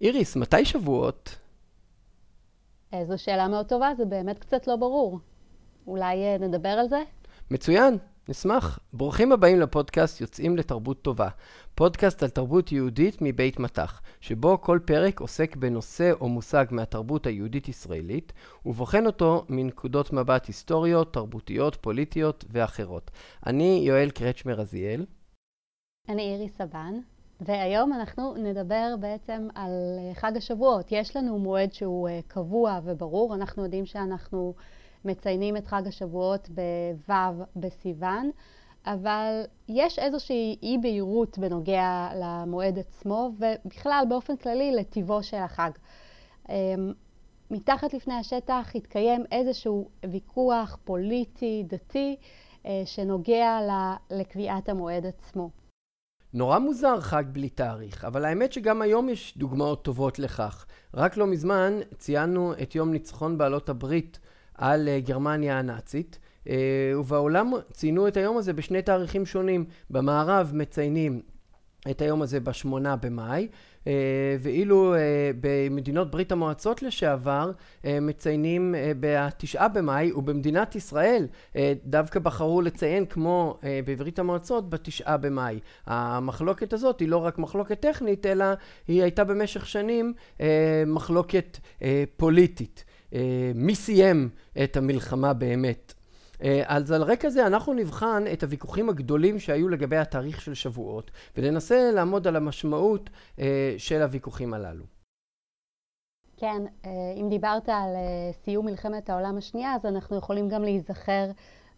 איריס, מתי שבועות? זו שאלה מאוד טובה, זה באמת קצת לא ברור. אולי נדבר על זה? מצוין, נשמח. ברוכים הבאים לפודקאסט יוצאים לתרבות טובה. פודקאסט על תרבות יהודית מבית מטח, שבו כל פרק עוסק בנושא או מושג מהתרבות היהודית-ישראלית, ובוחן אותו מנקודות מבט היסטוריות, תרבותיות, פוליטיות ואחרות. אני יואל קרצ'מר רזיאל. אני איריס סבן, והיום אנחנו נדבר בעצם על חג השבועות. יש לנו מועד שהוא קבוע וברור, אנחנו יודעים שאנחנו מציינים את חג השבועות בו' בסיוון, אבל יש איזושהי אי בהירות בנוגע למועד עצמו, ובכלל באופן כללי לטיבו של החג. מתחת לפני השטח התקיים איזשהו ויכוח פוליטי, דתי, שנוגע לקביעת המועד עצמו. נורא מוזר חג בלי תאריך, אבל האמת שגם היום יש דוגמאות טובות לכך. רק לא מזמן ציינו את יום ניצחון בעלות הברית על גרמניה הנאצית, ובעולם ציינו את היום הזה בשני תאריכים שונים. במערב מציינים את היום הזה ב8 במאי, ואילו במדינות ברית המועצות לשעבר מציינים ב9 במאי, ובמדינת ישראל דווקא בחרו לציין כמו בברית המועצות ב9 במאי. המחלוקת הזאת היא לא רק מחלוקת טכנית, אלא היא הייתה במשך שנים מחלוקת פוליטית. מי סיים את המלחמה באמת? אז על רקע זה אנחנו נבחן את הוויכוחים הגדולים שהיו לגבי התאריך של שבועות, וננסה לעמוד על המשמעות של הוויכוחים הללו. כן, אם דיברת על סיום מלחמת העולם השנייה, אז אנחנו יכולים גם להיזכר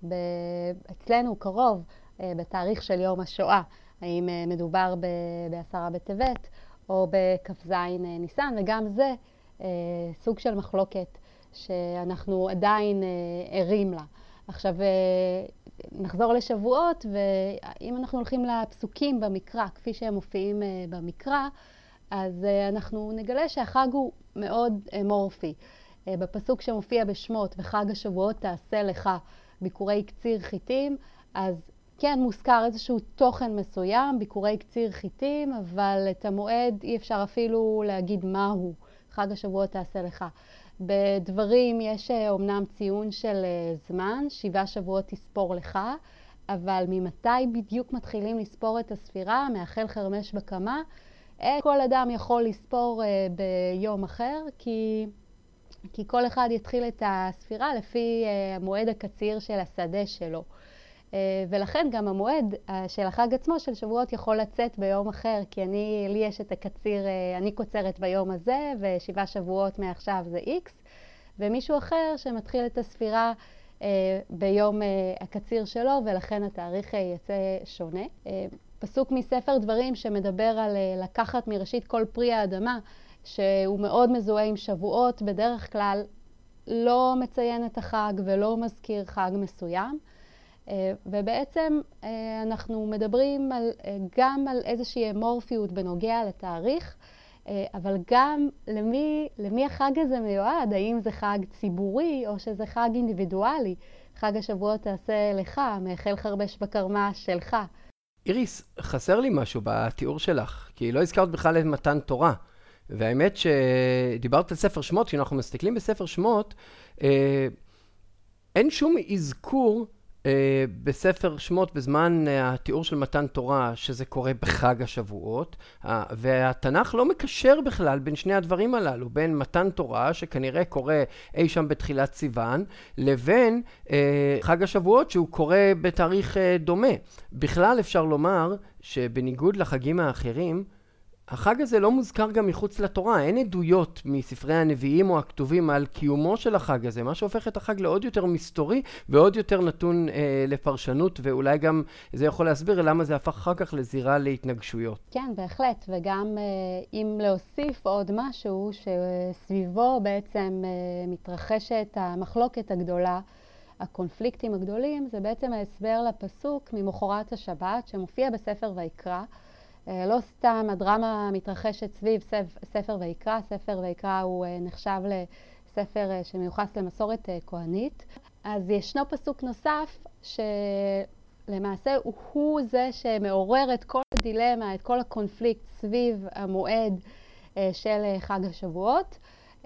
אצלנו קרוב בתאריך של יום השואה. האם מדובר ב10 בטבת או בכ"ז ניסן, וגם זה סוג של מחלוקת שאנחנו עדיין ערים לה. עכשיו נחזור לשבועות, ואם אנחנו הולכים לפסוקים במקרא, כפי שהם מופיעים במקרא, אז אנחנו נגלה שהחג הוא מאוד מורפי. בפסוק שמופיע בשמות, וחג השבועות תעשה לך ביקורי קציר חיטים, אז כן מוזכר איזשהו תוכן מסוים, ביקורי קציר חיטים, אבל את המועד אי אפשר אפילו להגיד מהו. חג השבועות תעשה לך. בדברים יש אומנם ציון של זמן, 7 שבועות תספור לך, אבל ממתי בדיוק מתחילים לספור את הספירה, מאחל חרמש בקמה, כל אדם יכול לספור ביום אחר, כי כל אחד יתחיל את הספירה לפי המועד הקציר של השדה שלו. ולכן גם המועד של החג עצמו של שבועות יכול לצאת ביום אחר, כי לי יש את הקציר, אני קוצרת ביום הזה, ו7 שבועות מעכשיו זה X, ומישהו אחר שמתחיל את הספירה ביום הקציר שלו, ולכן התאריך יצא שונה. פסוק מספר דברים שמדבר על לקחת מראשית כל פרי האדמה, שהוא מאוד מזוהה עם שבועות, בדרך כלל לא מציין את החג ולא מזכיר חג מסוים. ובעצם אנחנו מדברים גם על איזושהי אמורפיות בנוגע לתאריך, אבל גם למי החג הזה מיועד, האם זה חג ציבורי או שזה חג אינדיבידואלי. חג השבועות תעשה לך, מאכל חרבש בקרמה שלך. איריס, חסר לי משהו בתיאור שלך, כי לא הזכרת בכלל את מתן תורה. והאמת שדיברת על ספר שמות, כשאנחנו מסתכלים בספר שמות, אין שום אזכור בספר שמות בזמן התיאור של מתן תורה שזה קורה בחג השבועות, והתנ"ך לא מקשר בכלל בין שני הדברים הללו, בין מתן תורה שכנראה קורה אי שם בתחילת סיוון, לבין חג השבועות שהוא קורה בתאריך דומה. בכלל אפשר לומר שבניגוד לחגים האחרים, החג הזה לא מוזכר גם מחוץ לתורה, אין עדויות מספרי הנביאים או הכתובים על קיומו של החג הזה, מה שהופך את החג לעוד יותר מסתורי ועוד יותר נתון לפרשנות, ואולי גם זה יכול להסביר למה זה הפך אחר כך לזירה להתנגשויות. כן, בהחלט, וגם אם להוסיף עוד משהו שסביבו בעצם מתרחשת המחלוקת הגדולה, הקונפליקטים הגדולים, זה בעצם ההסבר לפסוק ממחרת השבת שמופיע בספר ויקרא. לא סתם הדרמה מתרחשת סביב ספר ויקרא. ספר ויקרא הוא נחשב לספר שמיוחס למסורת כהנית. אז ישנו פסוק נוסף שלמעשה הוא זה שמעורר את כל הדילמה, את כל הקונפליקט סביב המועד של חג השבועות,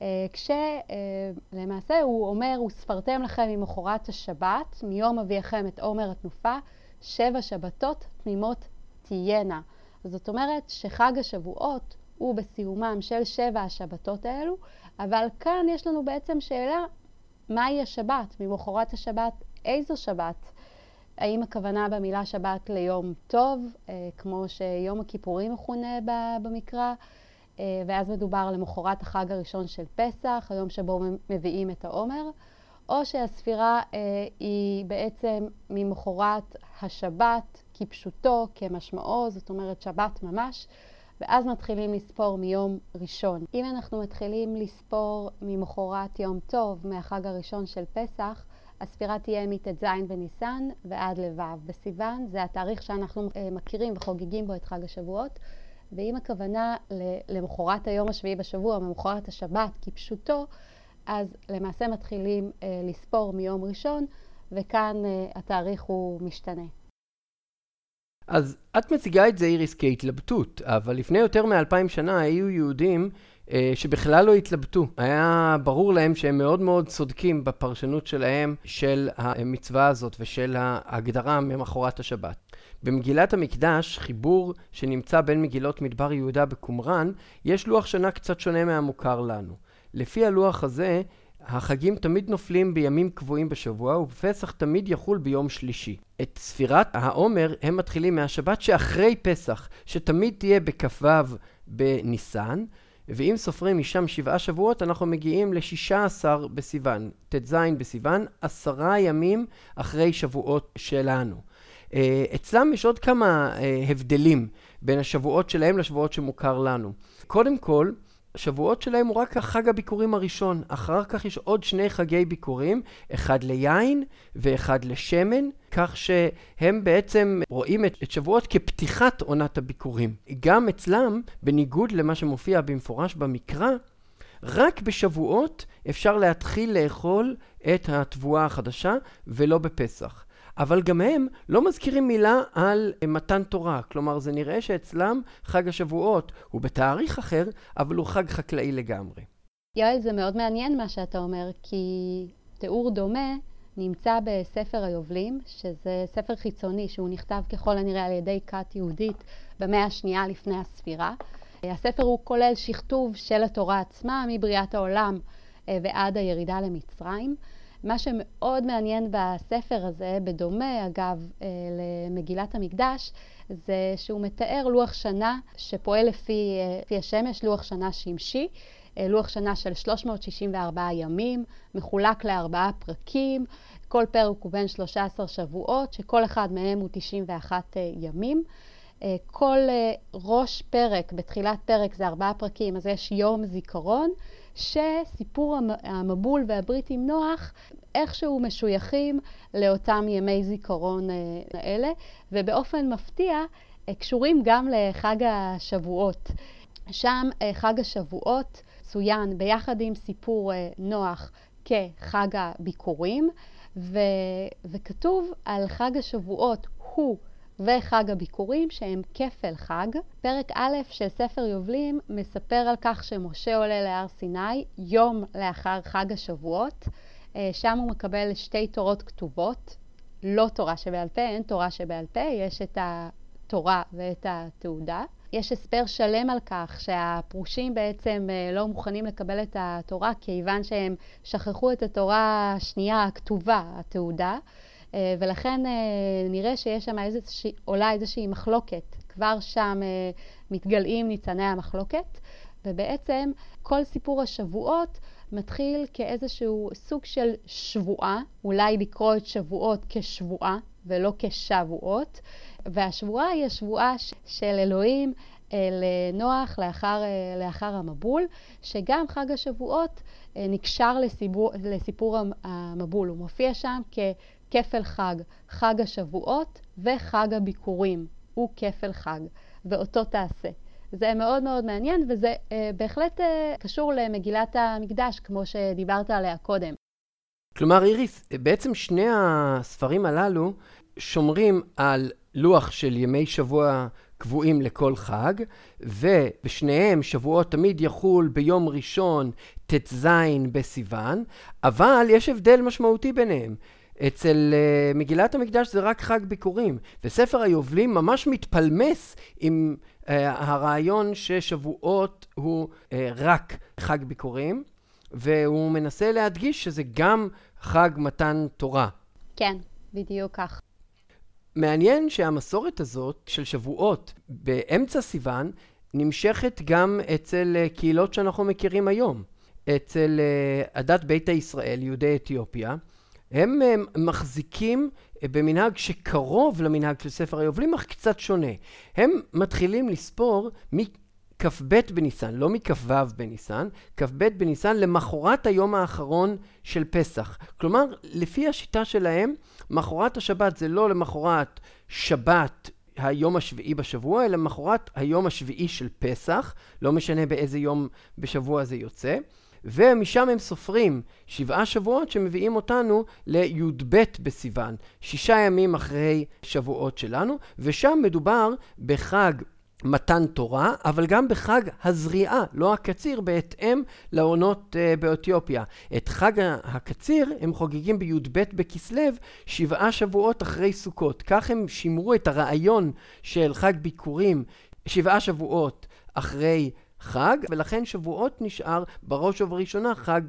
כשלמעשה הוא אומר, וספרתם לכם ממחרת השבת, מיום אביכם את עומר התנופה, 7 שבתות תמימות תהיינה. זאת אומרת שחג השבועות הוא בסיומם של 7 השבתות האלו, אבל כאן יש לנו בעצם שאלה, מהי השבת? ממחרת השבת, איזו שבת? האם הכוונה במילה שבת ליום טוב, כמו שיום הכיפורים מכונה במקרא, ואז מדובר למחרת החג הראשון של פסח, היום שבו מביאים את העומר, או שהספירה היא בעצם ממחרת השבת כפשוטו, כמשמעו, זאת אומרת שבת ממש, ואז מתחילים לספור מיום ראשון. אם אנחנו מתחילים לספור ממחרת יום טוב, מהחג הראשון של פסח, הספירה תהיה מט"ז בניסן ועד לו' בסיוון, זה התאריך שאנחנו מכירים וחוגגים בו את חג השבועות, ואם הכוונה למחרת היום השביעי בשבוע, ממחרת השבת כפשוטו, אז למעשה מתחילים לספור מיום ראשון, וכאן התאריך הוא משתנה. אז את מציגה את זה איריס כהתלבטות, אבל לפני יותר מ2000 שנה היו יהודים שבכלל לא התלבטו. היה ברור להם שהם מאוד מאוד צודקים בפרשנות שלהם של המצווה הזאת ושל ההגדרה ממחרת השבת. במגילת המקדש, חיבור שנמצא בין מגילות מדבר יהודה בקומראן, יש לוח שנה קצת שונה מהמוכר לנו. לפי הלוח הזה, החגים תמיד נופלים בימים קבועים בשבוע, ופסח תמיד יחול ביום שלישי. את ספירת העומר הם מתחילים מהשבת שאחרי פסח, שתמיד תהיה בכ"ו בניסן, ואם סופרים משם 7 שבועות, אנחנו מגיעים ל16 בסיוון, ט"ז בסיוון, 10 ימים אחרי שבועות שלנו. אצלם יש עוד כמה הבדלים בין השבועות שלהם לשבועות שמוכר לנו. קודם כל, השבועות שלהם הוא רק החג הביקורים הראשון. אחר כך יש עוד 2 חגי ביקורים, אחד ליין ואחד לשמן, כך שהם בעצם רואים את שבועות כפתיחת עונת הביקורים. גם אצלם, בניגוד למה שמופיע במפורש במקרא, רק בשבועות אפשר להתחיל לאכול את התבואה החדשה ולא בפסח. אבל גם הם לא מזכירים מילה על מתן תורה. כלומר, זה נראה שאצלם חג השבועות הוא בתאריך אחר, אבל הוא חג חקלאי לגמרי. יואל, זה מאוד מעניין מה שאתה אומר, כי תיאור דומה נמצא בספר היובלים, שזה ספר חיצוני שהוא נכתב ככל הנראה על ידי כת יהודית במאה השנייה לפני הספירה. הספר הוא כולל שכתוב של התורה עצמה מבריאת העולם ועד הירידה למצרים. מה שמאוד מעניין בספר הזה, בדומה אגב למגילת המקדש, זה שהוא מתאר לוח שנה שפועל לפי השמש, לוח שנה שמשי, לוח שנה של 364 ימים, מחולק ל4 פרקים, כל פרק הוא בין 13 שבועות, שכל אחד מהם הוא 91 ימים. כל ראש פרק, בתחילת פרק זה 4 פרקים, אז יש יום זיכרון, שסיפור המבול והברית עם נוח איכשהו משויכים לאותם ימי זיכרון האלה, ובאופן מפתיע קשורים גם לחג השבועות. שם חג השבועות צוין ביחד עם סיפור נוח כחג הביקורים, וכתוב על חג השבועות הוא וחג הביקורים שהם כפל חג. פרק א' של ספר יובלים מספר על כך שמשה עולה להר סיני יום לאחר חג השבועות. שם הוא מקבל 2 תורות כתובות, לא תורה שבעל פה, אין תורה שבעל פה, יש את התורה ואת התעודה. יש הסבר שלם על כך שהפרושים בעצם לא מוכנים לקבל את התורה, כיוון שהם שכחו את התורה השנייה הכתובה, התעודה, ולכן נראה שיש שם עולה איזושהי מחלוקת. כבר שם מתגלעים ניצני המחלוקת, ובעצם כל סיפור השבועות מתחיל כאיזשהו סוג של שבועה, אולי לקרוא את שבועות כשבועה ולא כשבועות, והשבועה היא השבועה של אלוהים לנוח לאחר המבול, שגם חג השבועות נקשר לסיפור המבול. הוא מופיע שם ככפל חג, חג השבועות וחג הביקורים, הוא כפל חג, ואותו תעשה. זה מאוד מאוד מעניין, וזה בהחלט קשור למגילת המקדש, כמו שדיברת עליה קודם. כלומר, איריס, בעצם שני הספרים הללו שומרים על לוח של ימי שבוע קבועים לכל חג, ובשניהם שבועות תמיד יחול ביום ראשון ט"ז בסיוון, אבל יש הבדל משמעותי ביניהם. אצל מגילת המקדש זה רק חג ביקורים, וספר היובלים ממש מתפלמס עם הרעיון ששבועות הוא רק חג ביקורים, והוא מנסה להדגיש שזה גם חג מתן תורה. כן, בדיוק כך. מעניין שהמסורת הזאת של שבועות באמצע סיוון נמשכת גם אצל קהילות שאנחנו מכירים היום. אצל עדת ביתא ישראל, יהודי אתיופיה, הם מחזיקים במנהג שקרוב למנהג של ספר היובלים, אך קצת שונה. הם מתחילים לספור מכ"ב בניסן, לא מכ"ו בניסן, כ"ב בניסן למחרת היום האחרון של פסח. כלומר, לפי השיטה שלהם, מחרת השבת זה לא למחרת שבת היום השביעי בשבוע, אלא למחרת היום השביעי של פסח, לא משנה באיזה יום בשבוע זה יוצא. ומשם הם סופרים 7 שבועות שמביאים אותנו לי"ב בסיוון, 6 ימים אחרי שבועות שלנו, ושם מדובר בחג מתן תורה, אבל גם בחג הזריעה, לא הקציר, בהתאם לעונות באתיופיה. את חג הקציר הם חוגגים בי"ב בכסלו, 7 שבועות אחרי סוכות. כך הם שימרו את הרעיון של חג ביקורים 7 שבועות אחרי חג, ולכן שבועות נשאר בראש ובראשונה חג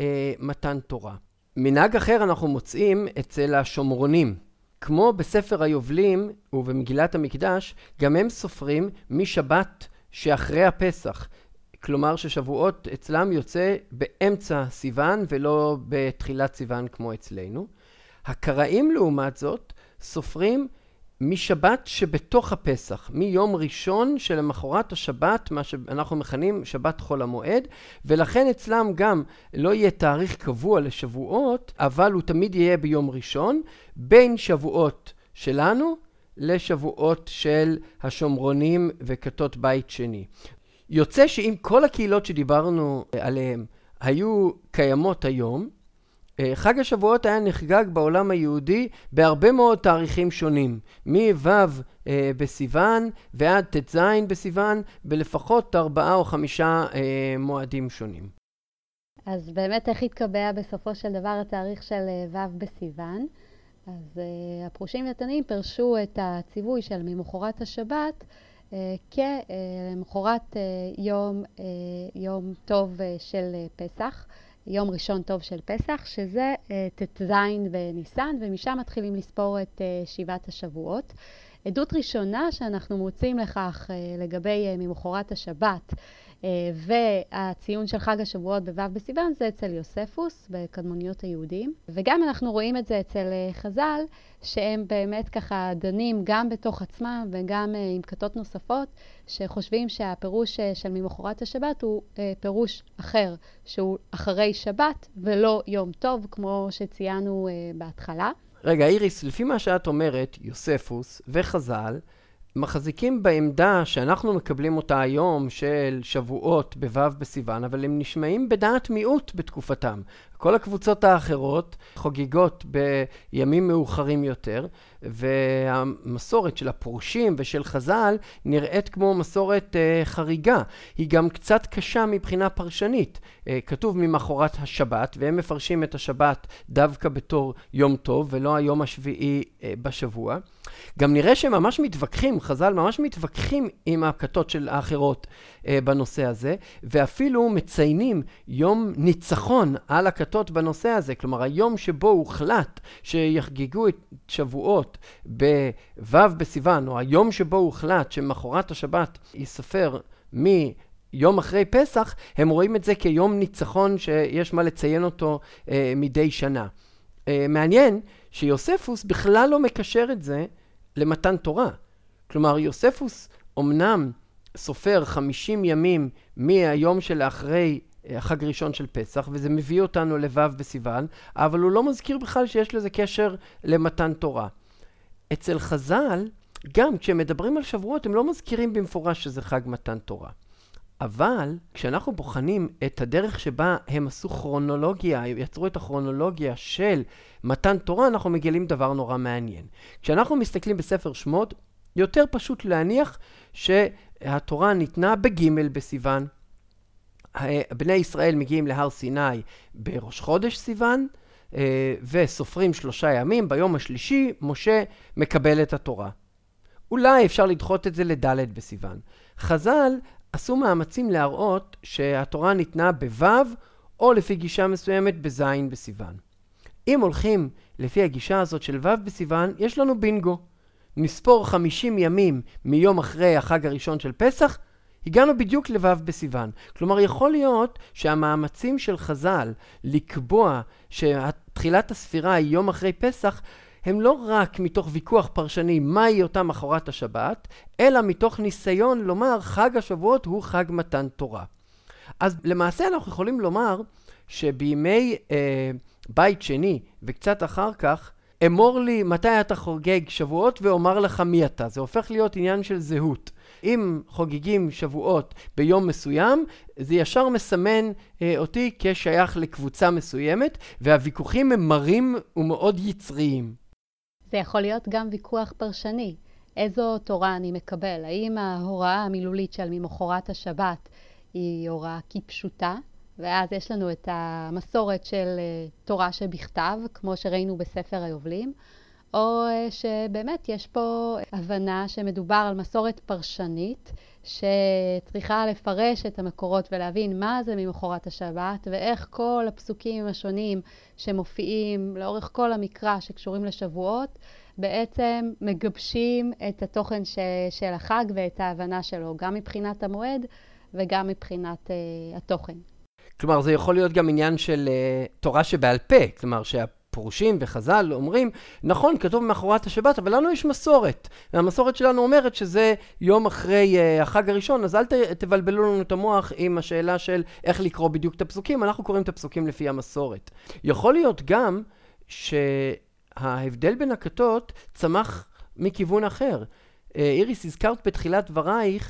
מתן תורה. מנהג אחר אנחנו מוצאים אצל השומרונים. כמו בספר היובלים ובמגילת המקדש, גם הם סופרים משבת שאחרי הפסח. כלומר ששבועות אצלם יוצא באמצע סיוון ולא בתחילת סיוון כמו אצלנו. הקראים לעומת זאת סופרים משבת שבתוך הפסח, מיום ראשון שלמחרת השבת, מה שאנחנו מכנים שבת חול המועד, ולכן אצלם גם לא יהיה תאריך קבוע לשבועות, אבל הוא תמיד יהיה ביום ראשון, בין שבועות שלנו לשבועות של השומרונים וכתות בית שני. יוצא שאם כל הקהילות שדיברנו עליהן היו קיימות היום, חג השבועות היה נחגג בעולם היהודי בהרבה מאוד תאריכים שונים, מו' בסיוון ועד ט"ז בסיוון, בלפחות 4 או 5 מועדים שונים. אז באמת איך התקבע בסופו של דבר התאריך של ו' בסיוון? אז הפרושים והתנאים פרשו את הציווי של ממחרת השבת כמחרת יום טוב של פסח, יום ראשון טוב של פסח, שזה ט"ז בניסן, ומשם מתחילים לספור את 7 השבועות. עדות ראשונה שאנחנו מוצאים לכך לגבי ממחרת השבת והציון של חג השבועות בו' בסיוון זה אצל יוספוס בקדמוניות היהודים. וגם אנחנו רואים את זה אצל חז"ל, שהם באמת ככה דנים גם בתוך עצמם וגם עם כתות נוספות, שחושבים שהפירוש של ממחרת השבת הוא פירוש אחר, שהוא אחרי שבת ולא יום טוב כמו שציינו בהתחלה. רגע, איריס, לפי מה שאת אומרת, יוספוס וחז"ל מחזיקים בעמדה שאנחנו מקבלים אותה היום של שבועות בו' בסיוון, אבל הם נשמעים בדעת מיעוט בתקופתם. כל הקבוצות האחרות חוגגות בימים מאוחרים יותר, והמסורת של הפרושים ושל חז"ל נראית כמו מסורת חריגה. היא גם קצת קשה מבחינה פרשנית. כתוב ממחרת השבת, והם מפרשים את השבת דווקא בתור יום טוב, ולא היום השביעי בשבוע. גם נראה שהם ממש מתווכחים, חז"ל ממש מתווכחים עם הכתות של האחרות בנושא הזה, ואפילו מציינים יום ניצחון על הכתות בנושא הזה. כלומר, היום שבו הוחלט שיחגגו את שבועות בו' בסיוון, או היום שבו הוחלט שמחרת השבת יספר מיום אחרי פסח, הם רואים את זה כיום ניצחון שיש מה לציין אותו מדי שנה. מעניין שיוספוס בכלל לא מקשר את זה למתן תורה. כלומר, יוספוס אומנם סופר 50 ימים מהיום של אחרי החג ראשון של פסח, וזה מביא אותנו לו' בסיוון, אבל הוא לא מזכיר בכלל שיש לזה קשר למתן תורה. אצל חז"ל, גם כשהם מדברים על שבועות, הם לא מזכירים במפורש שזה חג מתן תורה. אבל כשאנחנו בוחנים את הדרך שבה הם עשו כרונולוגיה, יצרו את הכרונולוגיה של מתן תורה, אנחנו מגלים דבר נורא מעניין. כשאנחנו מסתכלים בספר שמות, יותר פשוט להניח שהתורה ניתנה בג' בסיוון. בני ישראל מגיעים להר סיני בראש חודש סיוון, וסופרים 3 ימים, ביום השלישי משה מקבל את התורה. אולי אפשר לדחות את זה לד' בסיוון. חז"ל עשו מאמצים להראות שהתורה ניתנה בו' או לפי גישה מסוימת בז' בסיוון. אם הולכים לפי הגישה הזאת של ו' בסיוון, יש לנו בינגו. נספור 50 ימים מיום אחרי החג הראשון של פסח, הגענו בדיוק לו' בסיוון. כלומר, יכול להיות שהמאמצים של חז"ל לקבוע שתחילת הספירה היא יום אחרי פסח, הם לא רק מתוך ויכוח פרשני מהי אותה מחרת השבת, אלא מתוך ניסיון לומר חג השבועות הוא חג מתן תורה. אז למעשה אנחנו יכולים לומר שבימי בית שני וקצת אחר כך, אמור לי מתי אתה חוגג שבועות ואומר לך מי אתה. זה הופך להיות עניין של זהות. אם חוגגים שבועות ביום מסוים, זה ישר מסמן אותי כשייך לקבוצה מסוימת, והוויכוחים הם מרים ומאוד יצריים. זה יכול להיות גם ויכוח פרשני. איזו תורה אני מקבל? האם ההוראה המילולית של ממחרת השבת היא הוראה כפשוטה? ואז יש לנו את המסורת של תורה שבכתב, כמו שראינו בספר היובלים, או שבאמת יש פה הבנה שמדובר על מסורת פרשנית, שצריכה לפרש את המקורות ולהבין מה זה ממחרת השבת, ואיך כל הפסוקים השונים שמופיעים לאורך כל המקרא שקשורים לשבועות, בעצם מגבשים את התוכן של החג ואת ההבנה שלו, גם מבחינת המועד וגם מבחינת התוכן. כלומר, זה יכול להיות גם עניין של תורה שבעל פה, כלומר שהפרושים וחז"ל אומרים, נכון, כתוב מאחורת השבת, אבל לנו יש מסורת. והמסורת שלנו אומרת שזה יום אחרי החג הראשון, אז אל תבלבלו לנו את המוח עם השאלה של איך לקרוא בדיוק את הפסוקים, אנחנו קוראים את הפסוקים לפי המסורת. יכול להיות גם שההבדל בין הכתות צמח מכיוון אחר. איריס, הזכרת בתחילת דברייך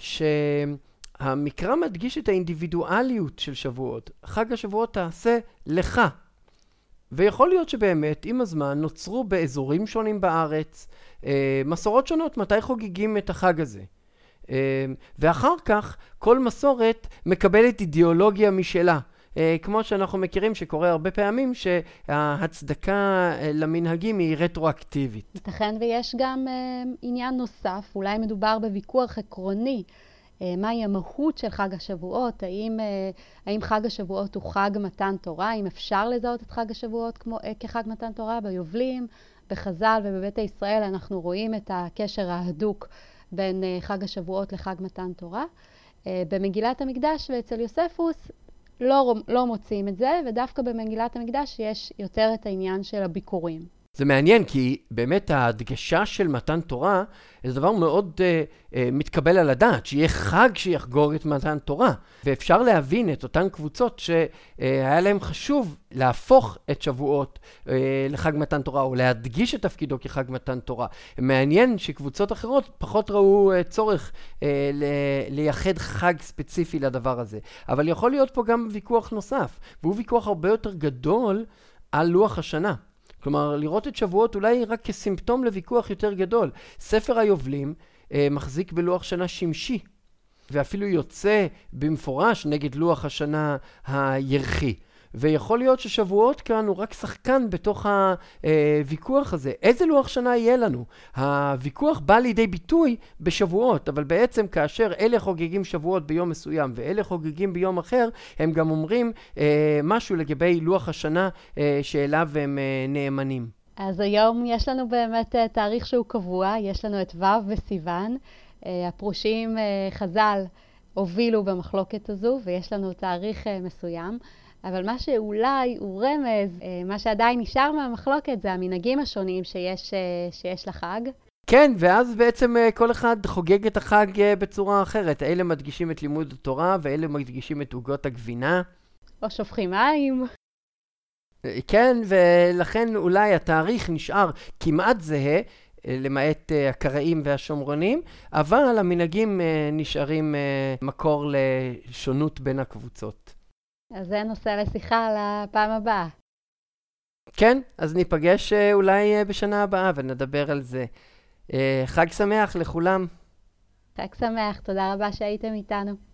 המקרא מדגיש את האינדיבידואליות של שבועות. חג השבועות תעשה לך. ויכול להיות שבאמת עם הזמן נוצרו באזורים שונים בארץ מסורות שונות מתי חוגגים את החג הזה. ואחר כך כל מסורת מקבלת אידיאולוגיה משלה. כמו שאנחנו מכירים שקורה הרבה פעמים שההצדקה למנהגים היא רטרואקטיבית. ייתכן ויש גם עניין נוסף, אולי מדובר בוויכוח עקרוני. מהי המהות של חג השבועות? האם חג השבועות הוא חג מתן תורה? האם אפשר לזהות את חג השבועות כחג מתן תורה? ביובלים, בחז"ל ובבית ישראל אנחנו רואים את הקשר ההדוק בין חג השבועות לחג מתן תורה. במגילת המקדש ואצל יוספוס לא מוצאים את זה, ודווקא במגילת המקדש יש יותר את העניין של הביקורים. זה מעניין כי באמת ההדגשה של מתן תורה זה דבר מאוד מתקבל על הדעת, שיהיה חג שיחגוג את מתן תורה. ואפשר להבין את אותן קבוצות שהיה להם חשוב להפוך את שבועות לחג מתן תורה, או להדגיש את תפקידו כחג מתן תורה. מעניין שקבוצות אחרות פחות ראו צורך לייחד חג ספציפי לדבר הזה. אבל יכול להיות פה גם ויכוח נוסף, והוא ויכוח הרבה יותר גדול על לוח השנה. כלומר, לראות את שבועות אולי רק כסימפטום לוויכוח יותר גדול. ספר היובלים מחזיק בלוח שנה שמשי, ואפילו יוצא במפורש נגד לוח השנה הירחי. ויכול להיות ששבועות כאן הוא רק שחקן בתוך הוויכוח הזה. איזה לוח שנה יהיה לנו? הוויכוח בא לידי ביטוי בשבועות, אבל בעצם כאשר אלה חוגגים שבועות ביום מסוים ואלה חוגגים ביום אחר, הם גם אומרים משהו לגבי לוח השנה שאליו הם נאמנים. אז היום יש לנו באמת תאריך שהוא קבוע, יש לנו את ו' בסיוון. הפרושים חז"ל הובילו במחלוקת הזו ויש לנו תאריך מסוים. אבל מה שאולי הוא רמז, מה שעדיין נשאר מהמחלוקת זה המנהגים השונים שיש לחג. כן, ואז בעצם כל אחד חוגג את החג בצורה אחרת. אלה מדגישים את לימוד התורה ואלה מדגישים את עוגות הגבינה. או שופכים מים. כן, ולכן אולי התאריך נשאר כמעט זהה, למעט הקראים והשומרונים, אבל המנהגים נשארים מקור לשונות בין הקבוצות. אז זה נושא לשיחה לפעם הבאה. כן, אז ניפגש אולי בשנה הבאה ונדבר על זה. חג שמח לכולם. חג שמח, תודה רבה שהייתם איתנו.